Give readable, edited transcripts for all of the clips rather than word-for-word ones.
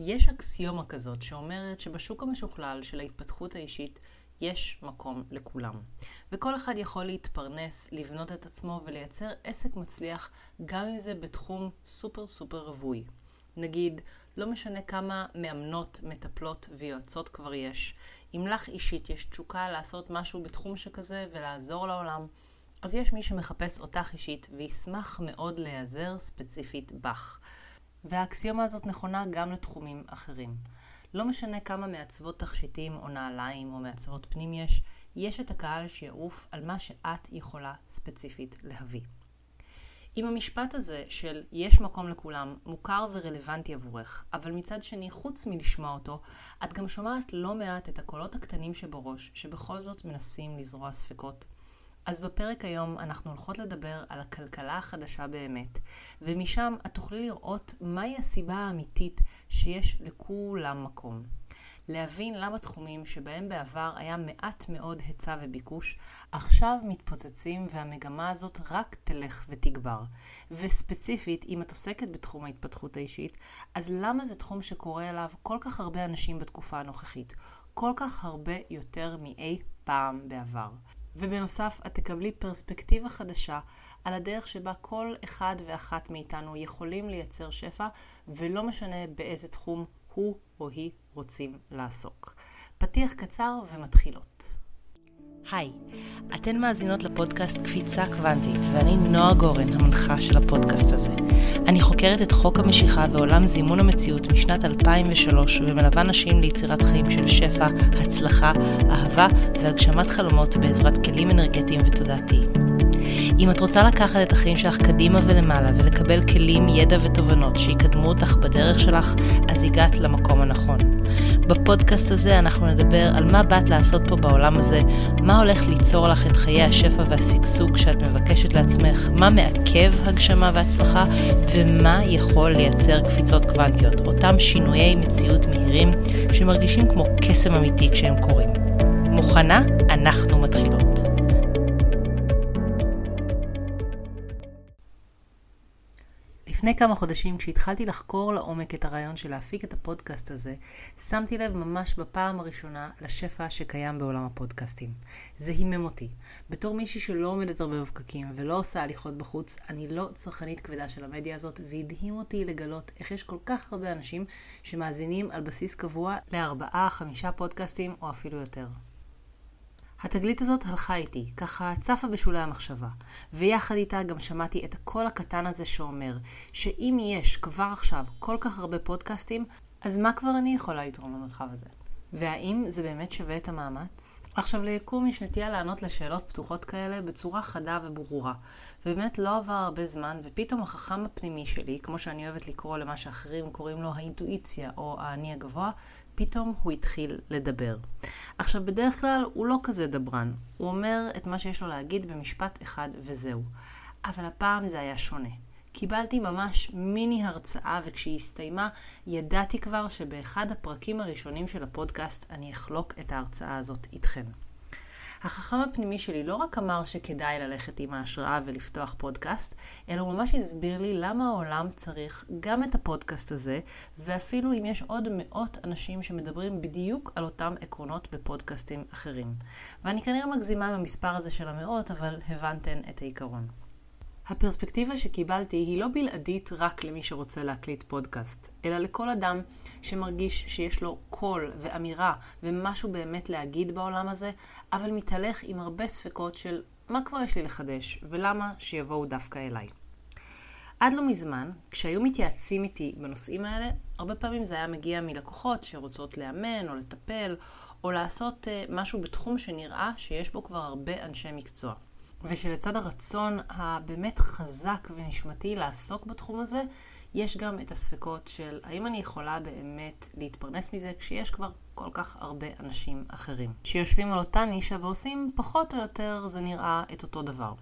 יש אקסיומה כזאת שאומרת שבשוק המשוכלל של ההתפתחות האישית יש מקום לכולם. וכל אחד יכול להתפרנס, לבנות את עצמו ולייצר עסק מצליח גם אם זה בתחום סופר רווי. נגיד, לא משנה כמה מאמנות, מטפלות ויועצות כבר יש. אם לך אישית יש תשוקה לעשות משהו בתחום שכזה ולעזור לעולם, אז יש מי שמחפש אותך אישית וישמח מאוד להיעזר ספציפית בך. והאקסיומה הזאת נכונה גם לתחומים אחרים. לא משנה כמה מעצבות תכשיטים או נעליים או מעצבות פנים יש את הקהל שיעוף על מה שאת יכולה ספציפית להביא. אם המשפט הזה של יש מקום לכולם מוכר ורלוונטי עבורך, אבל מצד שני חוץ מלשמוע אותו, את גם שומעת לא מעט את הקולות הקטנים שבראש שבכל זאת מנסים לזרוע ספקות. אז בפרק היום אנחנו הולכות לדבר על הכלכלה החדשה באמת, ומשם את תוכלי לראות מהי הסיבה האמיתית שיש לכולם מקום. להבין למה תחומים שבהם בעבר היה מעט מאוד היצע וביקוש, עכשיו מתפוצצים והמגמה הזאת רק תלך ותגבר. וספציפית, אם את עוסקת בתחום ההתפתחות האישית, אז למה זה תחום שקורה אליו כל כך הרבה אנשים בתקופה הנוכחית? כל כך הרבה יותר מאי פעם בעבר. ובנוסף, את תקבלי פרספקטיבה חדשה על הדרך שבה כל אחד ואחת מאיתנו יכולים לייצר שפע, ולא משנה באיזה תחום הוא או היא רוצים לעסוק. פתיח קצר ומתחילות. היי, אתן מאזינות לפודקאסט קפיצה קוונטית, ואני נועה גורן, המנחה של הפודקאסט הזה. אני חוקרת את חוק המשיכה ועולם זימון המציאות משנת 2003, ומלווה נשים ליצירת חיים של שפע, הצלחה, אהבה והגשמת חלומות בעזרת כלים אנרגטיים ותודעתיים. אם את רוצה לקחת את החיים שלך קדימה ולמעלה ולקבל כלים, ידע ותובנות שיקדמו אותך בדרך שלך, אז הגעת למקום הנכון. בפודקאסט הזה אנחנו נדבר על מה באת לעשות פה בעולם הזה, מה הולך ליצור לך את חיי השפע והשגשוג שאת מבקשת לעצמך, מה מעכב הגשמה והצלחה, ומה יכול לייצר קפיצות קוונטיות, אותם שינויי מציאות מהירים שמרגישים כמו קסם אמיתי כשהם קורים. מוכנה? אנחנו מתחילות. לפני כמה חודשים, כשהתחלתי לחקור לעומק את הרעיון של להפיק את הפודקאסט הזה, שמתי לב ממש בפעם הראשונה לשפע שקיים בעולם הפודקאסטים. זה הימם אותי. בתור מישהי שלא עומדת הרבה בפקקים ולא עושה הליכות בחוץ, אני לא צרכנית כבדה של המדיה הזאת, והדהים אותי לגלות איך יש כל כך הרבה אנשים שמאזינים על בסיס קבוע ל4-5 פודקאסטים או אפילו יותר. התגלית הזאת הלכה איתי, ככה צפה בשולי המחשבה, ויחד איתה גם שמעתי את הקול הקטן הזה שאומר, שאם יש כבר עכשיו כל כך הרבה פודקאסטים, אז מה כבר אני יכולה לתרום למרחב הזה? והאם זה באמת שווה את המאמץ? עכשיו ליקום יש נטייה לענות לשאלות פתוחות כאלה בצורה חדה וברורה, ובאמת לא עבר הרבה זמן, ופתאום החכם הפנימי שלי, כמו שאני אוהבת לקרוא למה שאחרים קוראים לו האינטואיציה או האני הגבוה, פתאום הוא התחיל לדבר. עכשיו בדרך כלל הוא לא כזה דברן, הוא אומר את מה שיש לו להגיד במשפט אחד וזהו. אבל הפעם זה היה שונה. קיבלתי ממש מיני הרצאה, וכשהיא הסתיימה ידעתי כבר שבאחד הפרקים הראשונים של הפודקאסט אני אחלוק את ההרצאה הזאת איתכן. החכם הפנימי שלי לא רק אמר שכדאי ללכת עם ההשראה ולפתוח פודקאסט, אלא הוא ממש הסביר לי למה העולם צריך גם את הפודקאסט הזה, ואפילו אם יש עוד מאות אנשים שמדברים בדיוק על אותם עקרונות בפודקאסטים אחרים. ואני כנראה מגזימה עם המספר הזה של המאות, אבל הבנתן את העיקרון. הפרספקטיבה שקיבלתי היא לא בלעדית רק למי שרוצה להקליט פודקאסט, אלא לכל אדם שמרגיש שיש לו קול ואמירה ומשהו באמת להגיד בעולם הזה, אבל מתהלך עם הרבה ספקות של מה כבר יש לי לחדש ולמה שיבואו דווקא אליי. עד לא מזמן, כשהיו מתייעצים איתי בנושאים האלה, הרבה פעמים זה היה מגיע מלקוחות שרוצות לאמן או לטפל או לעשות משהו בתחום שנראה שיש בו כבר הרבה אנשי מקצוע. ושלצד הרצון הבאמת חזק ונשמתי לעסוק בתחום הזה, יש גם את הספקות של האם אני יכולה באמת להתפרנס מזה כשיש כבר כל כך הרבה אנשים אחרים שיושבים על אותה נישה ועושים פחות או יותר זה נראה את אותו דבר.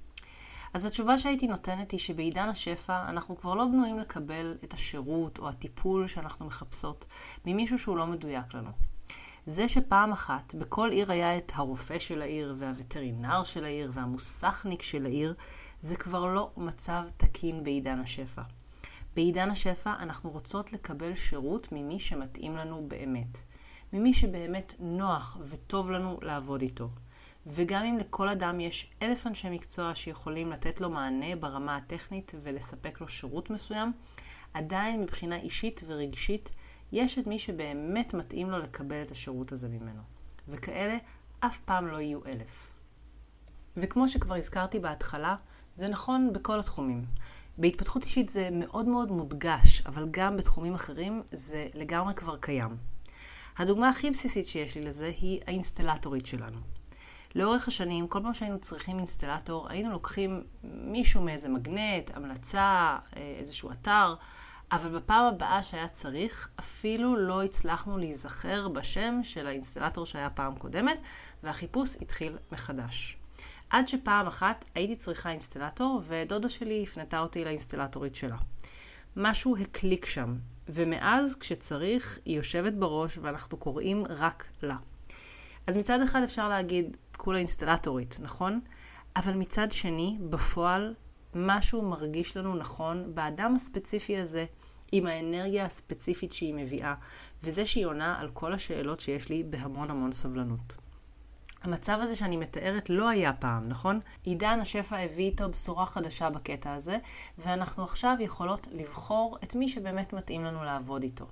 אז התשובה שהייתי נותנת היא שבעידן השפע אנחנו כבר לא בנויים לקבל את השירות או הטיפול שאנחנו מחפשות ממישהו שהוא לא מדויק לנו. זה שפעם אחת בכל עיר היה את הרופא של העיר והווטרינר של העיר והמוסכניק של העיר, זה כבר לא מצב תקין בעידן השפע. בעידן השפע אנחנו רוצות לקבל שירות ממי שמתאים לנו באמת. ממי שבאמת נוח וטוב לנו לעבוד איתו. וגם אם לכל אדם יש 1,000 אנשי מקצוע שיכולים לתת לו מענה ברמה הטכנית ולספק לו שירות מסוים, עדיין מבחינה אישית ורגשית יש את מי שבאמת מתאים לו לקבל את השירות הזה ממנו. וכאלה אף פעם לא יהיו 1,000. וכמו שכבר הזכרתי בהתחלה, זה נכון בכל התחומים. בהתפתחות אישית זה מאוד מאוד מודגש, אבל גם בתחומים אחרים זה לגמרי כבר קיים. הדוגמה הכי בסיסית שיש לי לזה היא האינסטלטורית שלנו. לאורך השנים, כל פעם שהיינו צריכים אינסטלטור, היינו לוקחים מישהו מאיזה מגנט, המלצה, איזשהו אתר, אבל בפעם הבאה שהיה צריך, אפילו לא הצלחנו להיזכר בשם של האינסטלטור שהיה פעם קודמת, והחיפוש התחיל מחדש. עד שפעם אחת הייתי צריכה אינסטלטור, ודודה שלי הפנתה אותי לאינסטלטורית שלה. משהו הקליק שם, ומאז כשצריך היא יושבת בראש ואנחנו קוראים רק לה. אז מצד אחד אפשר להגיד כולה אינסטלטורית, נכון? אבל מצד שני, בפועל, משהו מרגיש לנו נכון באדם הספציפי הזה, עם האנרגיה הספציפית שהיא מביאה, וזה שהיא עונה על כל השאלות שיש לי בהמון המון סבלנות. המצב הזה שאני מתארת לא היה פעם, נכון? עידן השפע הביא איתו בשורה חדשה בקטע הזה, ואנחנו עכשיו יכולות לבחור את מי שבאמת מתאים לנו לעבוד איתו.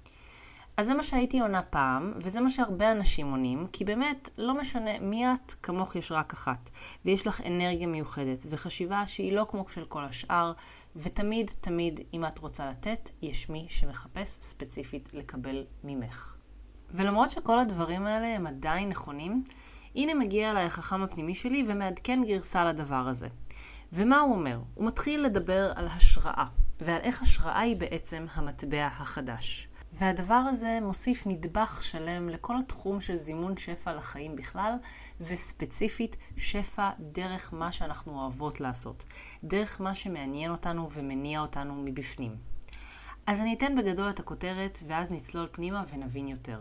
אז זה מה שהייתי עונה פעם, וזה מה שהרבה אנשים עונים, כי באמת לא משנה מי את, כמוך יש רק אחת, ויש לך אנרגיה מיוחדת, וחשיבה שהיא לא כמו של כל השאר, ותמיד, תמיד, אם את רוצה לתת, יש מי שמחפש ספציפית לקבל ממך. ולמרות שכל הדברים האלה הם עדיין נכונים, הנה מגיע אליי החכם הפנימי שלי ומעדכן גרסה לדבר הזה. ומה הוא אומר? הוא מתחיל לדבר על השראה, ועל איך השראה היא בעצם המטבע החדש. והדבר הזה מוסיף נדבך שלם לכל התחום של זימון שפע לחיים בכלל, וספציפית שפע דרך מה שאנחנו אוהבות לעשות, דרך מה שמעניין אותנו ומניע אותנו מבפנים. אז אני אתן בגדול את הכותרת, ואז נצלול פנימה ונבין יותר.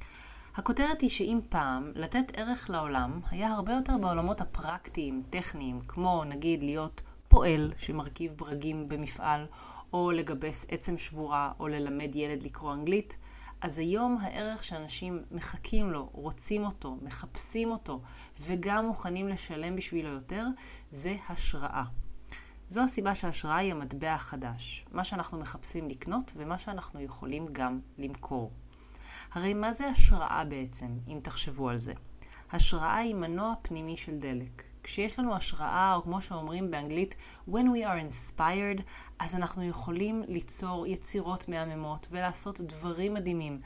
הכותרת היא שאם פעם לתת ערך לעולם היה הרבה יותר בעולמות הפרקטיים, טכניים, כמו נגיד להיות פועל שמרכיב ברגים במפעל, או לגבס עצם שבורה, או ללמד ילד לקרוא אנגלית, אז היום הערך שאנשים מחכים לו, רוצים אותו, מחפשים אותו, וגם מוכנים לשלם בשבילו יותר, זה השראה. זו הסיבה שההשראה היא המטבע החדש, מה שאנחנו מחפשים לקנות ומה שאנחנו יכולים גם למכור. הרי מה זה השראה בעצם, אם תחשבו על זה? השראה היא מנוע פנימי של דלק. כשיש לנו השראה, או כמו שאומרים באנגלית, when we are inspired, אז אנחנו יכולים ליצור יצירות מהממות ולעשות דברים מדהימים,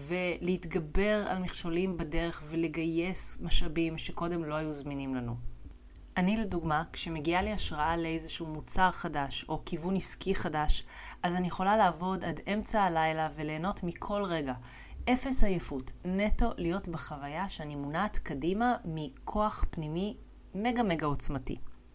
ולהתגבר על מכשולים בדרך ולגייס משאבים שקודם לא היו זמינים לנו. אני לדוגמה, כשמגיעה לי השראה לאיזשהו מוצר חדש או כיוון עסקי חדש, אז אני יכולה לעבוד עד אמצע הלילה וליהנות מכל רגע. אפס עייפות, נטו להיות בחוויה שאני מונעת קדימה מכוח פנימי מגה עוצמתי.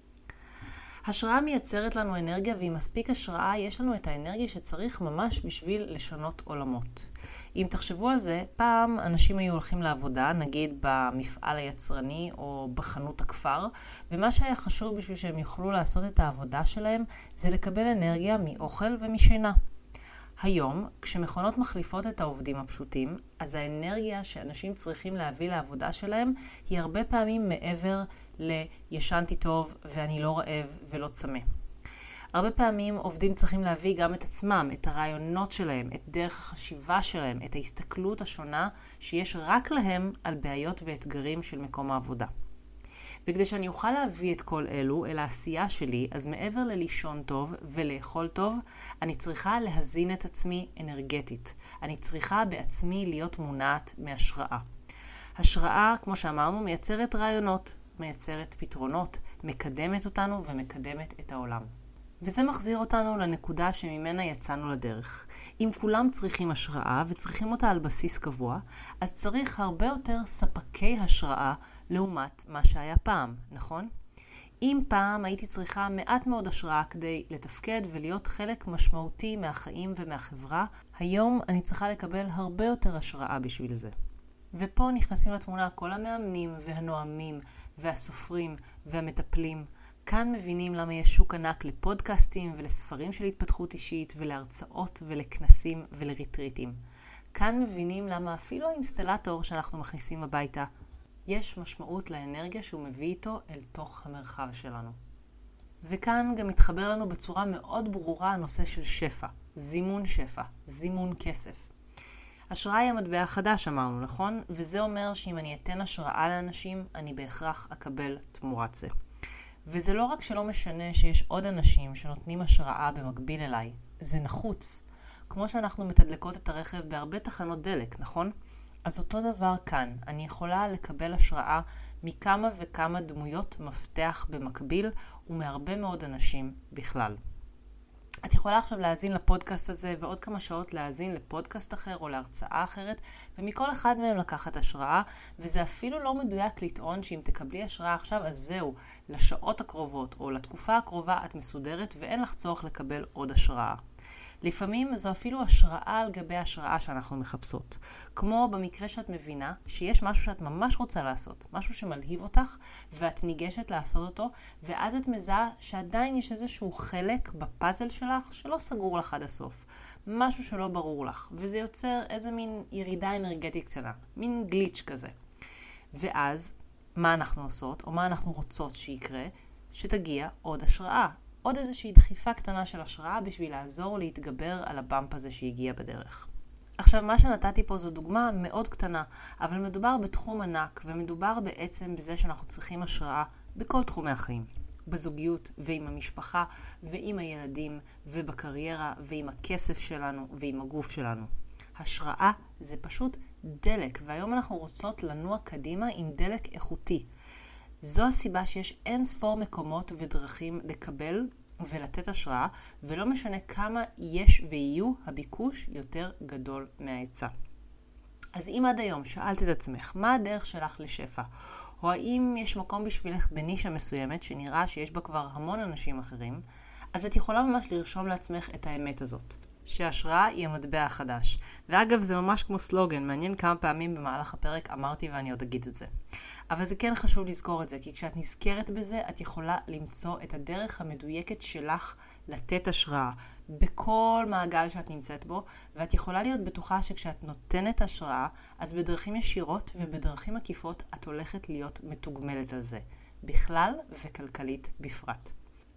השראה מייצרת לנו אנרגיה, ועם מספיק השראה יש לנו את האנרגיה שצריך ממש בשביל לשנות עולמות. אם תחשבו על זה, פעם אנשים היו הולכים לעבודה, נגיד במפעל היצרני או בחנות הכפר, ומה שהיה חשוב בשביל שהם יוכלו לעשות את העבודה שלהם, זה לקבל אנרגיה מאוכל ומשנה. היום, כשמכונות מחליפות את העובדים הפשוטים, אז האנרגיה שאנשים צריכים להביא לעבודה שלהם היא הרבה פעמים מעבר לישנתי טוב ואני לא רעב ולא צמא. הרבה פעמים עובדים צריכים להביא גם את עצמם, את הרעיונות שלהם, את דרך החשיבה שלהם, את ההסתכלות השונה שיש רק להם על בעיות ואתגרים של מקום העבודה. וכדי שאני אוכל להביא את כל אלו אל העשייה שלי, אז מעבר ללישון טוב ולאכול טוב, אני צריכה להזין את עצמי אנרגטית. אני צריכה בעצמי להיות מונעת מהשראה. השראה, כמו שאמרנו, מייצרת רעיונות, מייצרת פתרונות, מקדמת אותנו ומקדמת את העולם. וזה מחזיר אותנו לנקודה שממנה יצאנו לדרך. אם כולם צריכים השראה וצריכים אותה על בסיס קבוע, אז צריך הרבה יותר ספקי השראה לעומת מה שהיה פעם, נכון? אם פעם הייתי צריכה מעט מאוד השראה כדי לתפקד ולהיות חלק משמעותי מהחיים ומהחברה, היום אני צריכה לקבל הרבה יותר השראה בשביל זה. ופה נכנסים לתמונה כל המאמנים והנואמים והסופרים והמטפלים. כאן מבינים למה יש שוק ענק לפודקאסטים ולספרים של התפתחות אישית ולהרצאות ולכנסים ולריטריטים. כאן מבינים למה אפילו האינסטלטור שאנחנו מכניסים הביתה, יש משמעות לאנרגיה שהוא מביא איתו אל תוך המרחב שלנו. וכאן גם מתחבר לנו בצורה מאוד ברורה הנושא של שפע, זימון כסף. השראה היא המטבע החדש, אמרנו, נכון? וזה אומר שאם אני אתן השראה לאנשים, אני בהכרח אקבל תמורת זה. וזה לא רק שלא משנה שיש עוד אנשים שנותנים השראה במקביל אליי, זה נחוץ. כמו שאנחנו מתדלקות את הרכב בהרבה תחנות דלק, נכון? אז אותו דבר כאן, אני יכולה לקבל השראה מכמה וכמה דמויות מפתח במקביל ומהרבה מאוד אנשים בכלל. את יכולה עכשיו להאזין לפודקאסט הזה ועוד כמה שעות להאזין לפודקאסט אחר או להרצאה אחרת, ומכל אחד מהם לקחת השראה, וזה אפילו לא מדויק לטעון שאם תקבלי השראה עכשיו, אז זהו, לשעות הקרובות או לתקופה הקרובה את מסודרת ואין לך צורך לקבל עוד השראה. לפעמים זו אפילו השראה על גבי השראה שאנחנו מחפשות. כמו במקרה שאת מבינה שיש משהו שאת ממש רוצה לעשות, משהו שמלהיב אותך, ואת ניגשת לעשות אותו, ואז את מזהה שעדיין יש איזשהו חלק בפאזל שלך שלא סגור לך עד הסוף. משהו שלא ברור לך, וזה יוצר איזה מין ירידה אנרגטית קטנה, מין גליץ' כזה. ואז, מה אנחנו עושות, או מה אנחנו רוצות שיקרה? שתגיע עוד השראה. עוד איזושהי דחיפה קטנה של השראה בשביל לעזור להתגבר על הבאמפ הזה שהגיע בדרך. עכשיו, מה שנתתי פה זו דוגמה מאוד קטנה, אבל מדובר בתחום ענק, ומדובר בעצם בזה שאנחנו צריכים השראה בכל תחומי החיים. בזוגיות, ועם המשפחה, ועם הילדים, ובקריירה, ועם הכסף שלנו, ועם הגוף שלנו. השראה זה פשוט דלק, והיום אנחנו רוצות לנוע קדימה עם דלק איכותי. זו הסיבה שיש אין ספור מקומות ודרכים לקבל ולתת השראה, ולא משנה כמה יש ויהיו, הביקוש יותר גדול מההיצע. אז אם עד היום שאלת את עצמך, מה הדרך שלך לשפע? או האם יש מקום בשבילך בנישה מסוימת שנראה שיש בה כבר המון אנשים אחרים, אז את יכולה ממש לרשום לעצמך את האמת הזאת. שההשראה היא המטבע החדש. ואגב, זה ממש כמו סלוגן, מעניין כמה פעמים במהלך הפרק אמרתי ואני עוד אגיד את זה. אבל זה כן חשוב לזכור את זה, כי כשאת נזכרת בזה, את יכולה למצוא את הדרך המדויקת שלך לתת השראה בכל מעגל שאת נמצאת בו, ואת יכולה להיות בטוחה שכשאת נותנת השראה, אז בדרכים ישירות ובדרכים עקיפות את הולכת להיות מתוגמלת על זה, בכלל וכלכלית בפרט.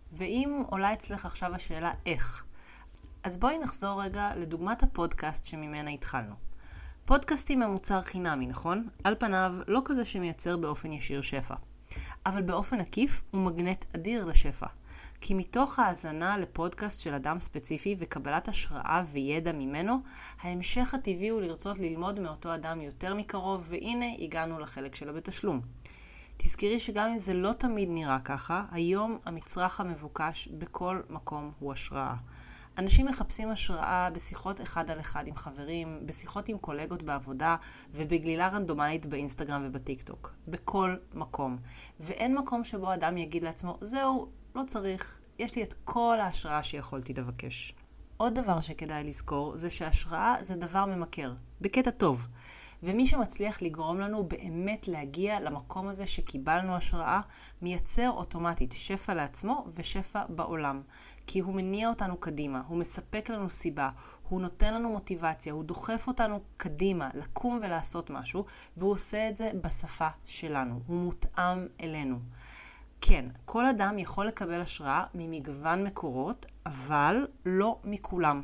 ואם עולה אצלך עכשיו השאלה איך, אז בואי נחזור רגע לדוגמת הפודקאסט שממנה התחלנו. פודקאסטים הם מוצר חינמי, נכון? על פניו לא כזה שמייצר באופן ישיר שפע. אבל באופן עקיף הוא מגנט אדיר לשפע. כי מתוך ההאזנה לפודקאסט של אדם ספציפי וקבלת השראה וידע ממנו, ההמשך הטבעי הוא לרצות ללמוד מאותו אדם יותר מקרוב, והנה הגענו לחלק שלו בתשלום. תזכרי שגם אם זה לא תמיד נראה ככה, היום המצרך המבוקש בכל מקום הוא השראה. אנשים מחפשים השראה בשיחות אחד על אחד עם חברים, בשיחות עם קולגות בעבודה ובגלילה רנדומלית באינסטגרם ובטיקטוק. בכל מקום. ואין מקום שבו אדם יגיד לעצמו, זהו, לא צריך, יש לי את כל ההשראה שיכולתי לבקש. עוד דבר שכדאי לזכור זה שההשראה זה דבר ממכר, בקטע טוב. ומי שמצליח לגרום לנו באמת להגיע למקום הזה שקיבלנו השראה, מייצר אוטומטית שפע לעצמו ושפע בעולם. כי הוא מניע אותנו קדימה, הוא מספק לנו סיבה, הוא נותן לנו מוטיבציה, הוא דוחף אותנו קדימה לקום ולעשות משהו, והוא עושה את זה בשפה שלנו, הוא מותאם אלינו. כן, כל אדם יכול לקבל השראה ממגוון מקורות, אבל לא מכולם.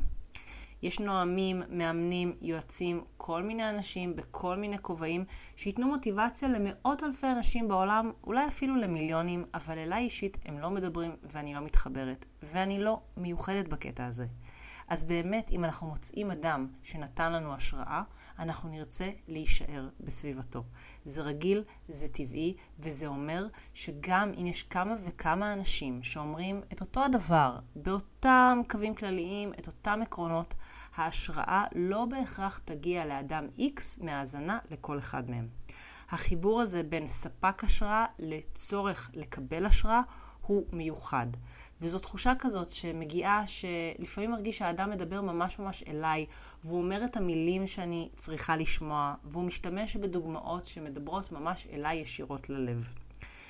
יש נועמים, מאמנים, יועצים, כל מיני אנשים בכל מיני כובעים שיתנו מוטיבציה למאות אלפי אנשים בעולם, אולי אפילו למיליונים, אבל אליי אישית הם לא מדברים ואני לא מתחברת, ואני לא מיוחדת בקטע הזה. אז באמת, אם אנחנו מוצאים אדם שנתן לנו השראה, אנחנו נרצה להישאר בסביבתו. זה רגיל, זה טבעי, וזה אומר שגם אם יש כמה וכמה אנשים שאומרים את אותו הדבר, באותם קווים כלליים, את אותם עקרונות, ההשראה לא בהכרח תגיע לאדם X מהאזנה לכל אחד מהם. החיבור הזה בין ספק השראה לצורך לקבל השראה הוא מיוחד. וזו תחושה כזאת שמגיעה שלפעמים מרגיש שהאדם מדבר ממש ממש אליי, והוא אומר את המילים שאני צריכה לשמוע, והוא משתמש בדוגמאות שמדברות ממש אליי ישירות ללב.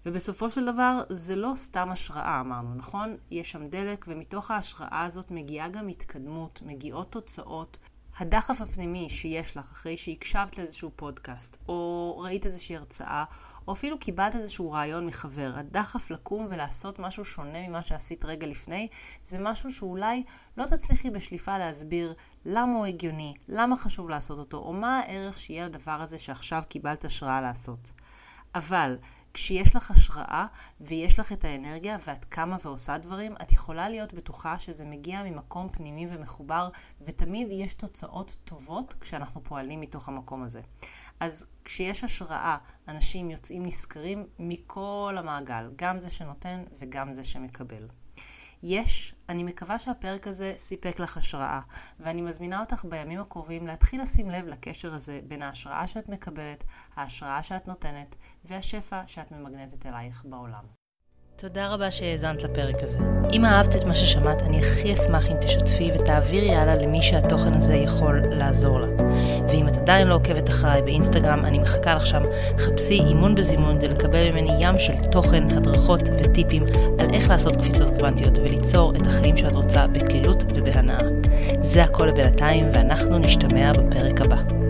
ובסופו של דבר זה לא סתם השראה, אמרנו, נכון? יש שם דלק, ומתוך ההשראה הזאת מגיעה גם התקדמות, מגיעות תוצאות. הדחף הפנימי שיש לך אחרי שהקשבת לאיזשהו פודקאסט, או ראית איזושהי הרצאה, או אפילו קיבלת איזשהו רעיון מחבר, הדחף לקום ולעשות משהו שונה ממה שעשית רגע לפני, זה משהו שאולי לא תצליחי בשליפה להסביר למה הוא הגיוני, למה חשוב לעשות אותו, או מה הערך שיהיה לדבר הזה שעכשיו קיבלת השראה לעשות. אבל כשיש לך השראה ויש לך את האנרגיה ואת קמה ועושה דברים, את יכולה להיות בטוחה שזה מגיע ממקום פנימי ומחובר, ותמיד יש תוצאות טובות כשאנחנו פועלים מתוך המקום הזה. אז כשיש השראה, אנשים יוצאים נזכרים מכל המעגל, גם זה שנותן וגם זה שמקבל. אני מקווה שהפרק הזה סיפק לך השראה, ואני מזמינה אותך בימים הקרובים להתחיל לשים לב לקשר הזה בין ההשראה שאת מקבלת, ההשראה שאת נותנת, והשפע שאת ממגנטת אלייך בעולם. תודה רבה שהאזנת לפרק הזה. אם אהבת את מה ששמעת, אני הכי אשמח אם תשתפי ותעבירי הלאה למי שהתוכן הזה יכול לעזור לה. ואם את עדיין לא עוקבת אחריי באינסטגרם, אני מחכה לך שם. חפשי אימון בזימון כדי לקבל ממני ים של תוכן, הדרכות וטיפים על איך לעשות קפיצות קוונטיות וליצור את החיים שאת רוצה בכלילות ובהנאה. זה הכל לבינתיים, ואנחנו נשתמע בפרק הבא.